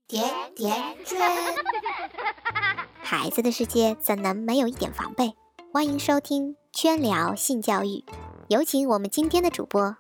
甜甜圈。孩子的世界怎能没有一点防备？欢迎收听圈聊性教育，有请我们今天的主播。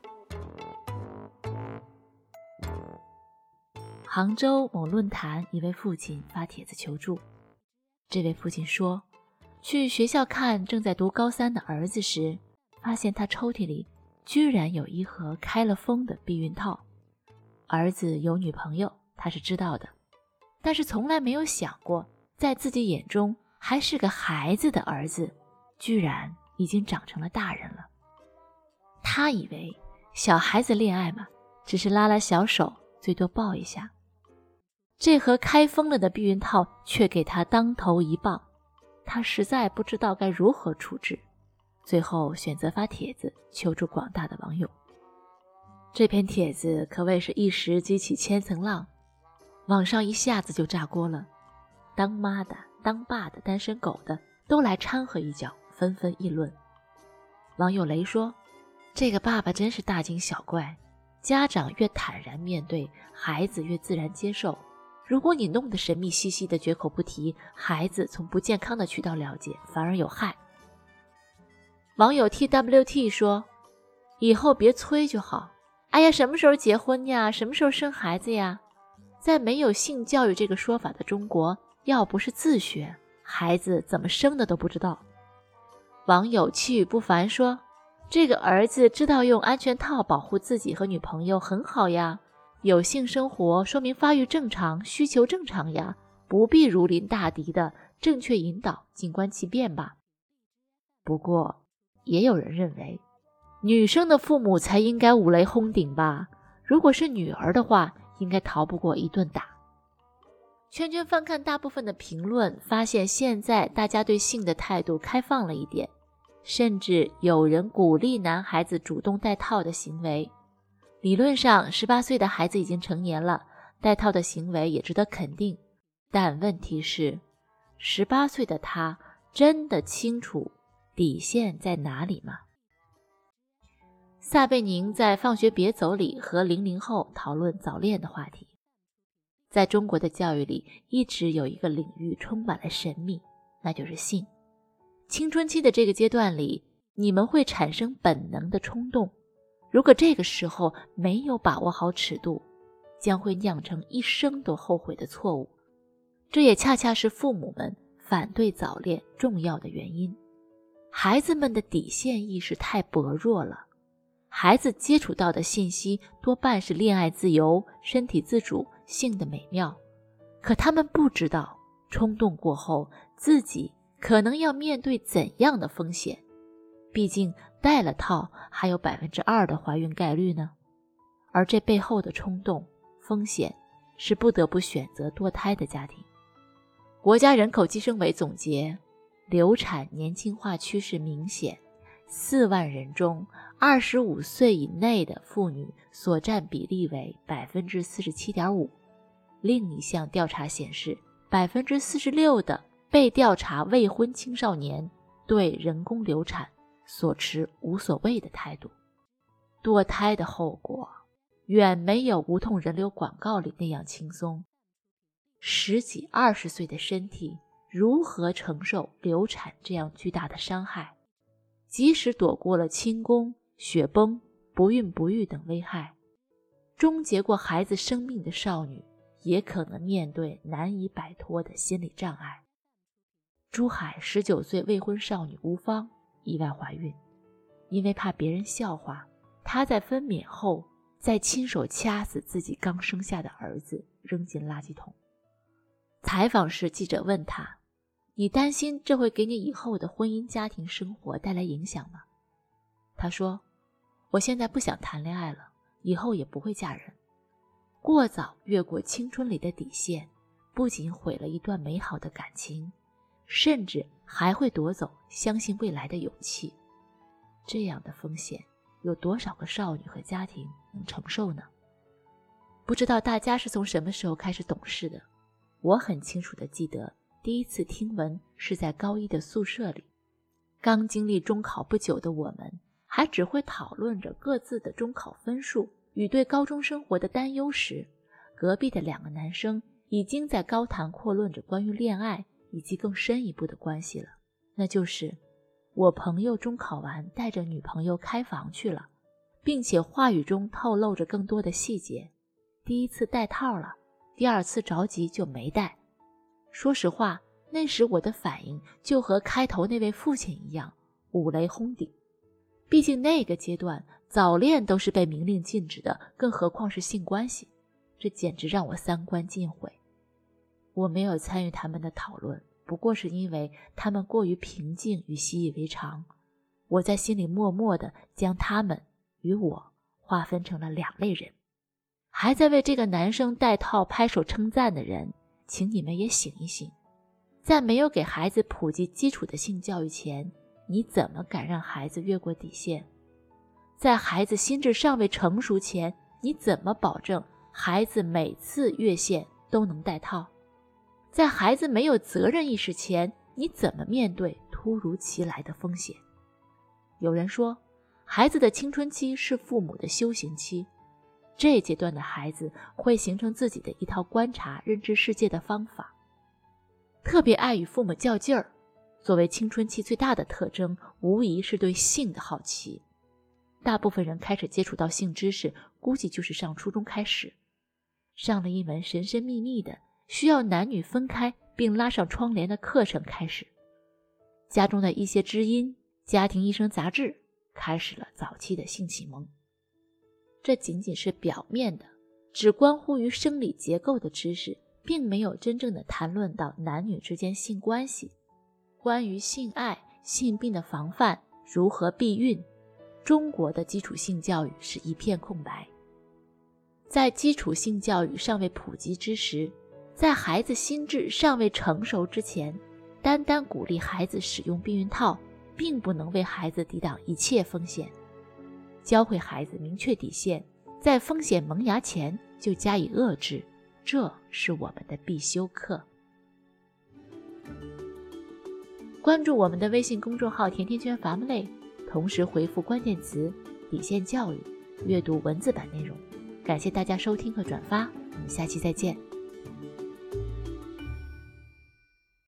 杭州某论坛一位父亲发帖子求助，这位父亲说，去学校看正在读高3的儿子时，发现他抽屉里居然有一盒开了封的避孕套。儿子有女朋友，他是知道的，但是从来没有想过，在自己眼中还是个孩子的儿子，居然已经长成了大人了。他以为小孩子恋爱嘛，只是拉拉小手，最多抱一下。这盒开封了的避孕套却给他当头一棒，他实在不知道该如何处置，最后选择发帖子求助广大的网友。这篇帖子可谓是一时激起千层浪，网上一下子就炸锅了，当妈的、当爸的、单身狗的都来掺和一脚，纷纷议论。网友雷说，这个爸爸真是大惊小怪，家长越坦然面对，孩子越自然接受。如果你弄得神秘兮兮的绝口不提，孩子从不健康的渠道了解，反而有害。网友 TWT 说，以后别催就好，哎呀，什么时候结婚呀？什么时候生孩子呀？在没有性教育这个说法的中国，要不是自学，孩子怎么生的都不知道。网友气宇不凡说，这个儿子知道用安全套保护自己和女朋友很好呀，有性生活说明发育正常，需求正常呀，不必如临大敌的正确引导，静观其变吧。不过也有人认为，女生的父母才应该五雷轰顶吧，如果是女儿的话，应该逃不过一顿打。圈圈翻看大部分的评论，发现现在大家对性的态度开放了一点，甚至有人鼓励男孩子主动戴套的行为。理论上18岁的孩子已经成年了，戴套的行为也值得肯定，但问题是18岁的他真的清楚底线在哪里吗？撒贝宁在放学别走里和00后讨论早恋的话题。在中国的教育里，一直有一个领域充满了神秘，那就是性。青春期的这个阶段里，你们会产生本能的冲动，如果这个时候没有把握好尺度，将会酿成一生都后悔的错误。这也恰恰是父母们反对早恋重要的原因。孩子们的底线意识太薄弱了，孩子接触到的信息多半是恋爱自由、身体自主、性的美妙，可他们不知道冲动过后自己可能要面对怎样的风险。毕竟戴了套还有 2% 的怀孕概率呢，而这背后的冲动风险是不得不选择堕胎的家庭。国家人口计生委总结，流产年轻化趋势明显，4万人中25岁以内的妇女所占比例为 47.5%。 另一项调查显示， 46% 的被调查未婚青少年对人工流产所持无所谓的态度。堕胎的后果远没有无痛人流广告里那样轻松，10几20岁的身体如何承受流产这样巨大的伤害？即使躲过了清宫、血崩、不孕不育等危害，终结过孩子生命的少女也可能面对难以摆脱的心理障碍。珠海19岁未婚少女吴芳意外怀孕，因为怕别人笑话，她在分娩后再亲手掐死自己刚生下的儿子，扔进垃圾桶。采访时记者问她，你担心这会给你以后的婚姻家庭生活带来影响吗？她说，我现在不想谈恋爱了，以后也不会嫁人。过早越过青春里的底线，不仅毁了一段美好的感情，甚至还会夺走相信未来的勇气。这样的风险，有多少个少女和家庭能承受呢？不知道大家是从什么时候开始懂事的。我很清楚地记得，第一次听闻是在高一的宿舍里。刚经历中考不久的我们，还只会讨论着各自的中考分数与对高中生活的担忧时，隔壁的2个男生已经在高谈阔论着关于恋爱以及更深一步的关系了，那就是我朋友中考完带着女朋友开房去了，并且话语中透露着更多的细节。第一次戴套了，第二次着急就没戴。说实话，那时我的反应就和开头那位父亲一样，五雷轰顶。毕竟那个阶段早恋都是被明令禁止的，更何况是性关系，这简直让我三观尽毁。我没有参与他们的讨论，不过是因为他们过于平静与习以为常，我在心里默默地将他们与我划分成了两类人。还在为这个男生戴套拍手称赞的人，请你们也醒一醒。在没有给孩子普及基础的性教育前，你怎么敢让孩子越过底线？在孩子心智尚未成熟前，你怎么保证孩子每次越线都能戴套？在孩子没有责任意识前，你怎么面对突如其来的风险？有人说，孩子的青春期是父母的修行期，这阶段的孩子会形成自己的一套观察、认知世界的方法，特别爱与父母较劲儿。作为青春期最大的特征，无疑是对性的好奇。大部分人开始接触到性知识，估计就是上初中开始，上了一门神神秘秘的需要男女分开并拉上窗帘的课程开始。家中的一些知音、家庭医生杂志开始了早期的性启蒙。这仅仅是表面的，只关乎于生理结构的知识，并没有真正的谈论到男女之间性关系。关于性爱、性病的防范、如何避孕，中国的基础性教育是一片空白。在基础性教育尚未普及之时，在孩子心智尚未成熟之前，单单鼓励孩子使用避孕套，并不能为孩子抵挡一切风险。教会孩子明确底线，在风险萌芽前就加以遏制，这是我们的必修课。关注我们的微信公众号甜甜圈 Family， 同时回复关键词底线教育，阅读文字版内容。感谢大家收听和转发，我们下期再见。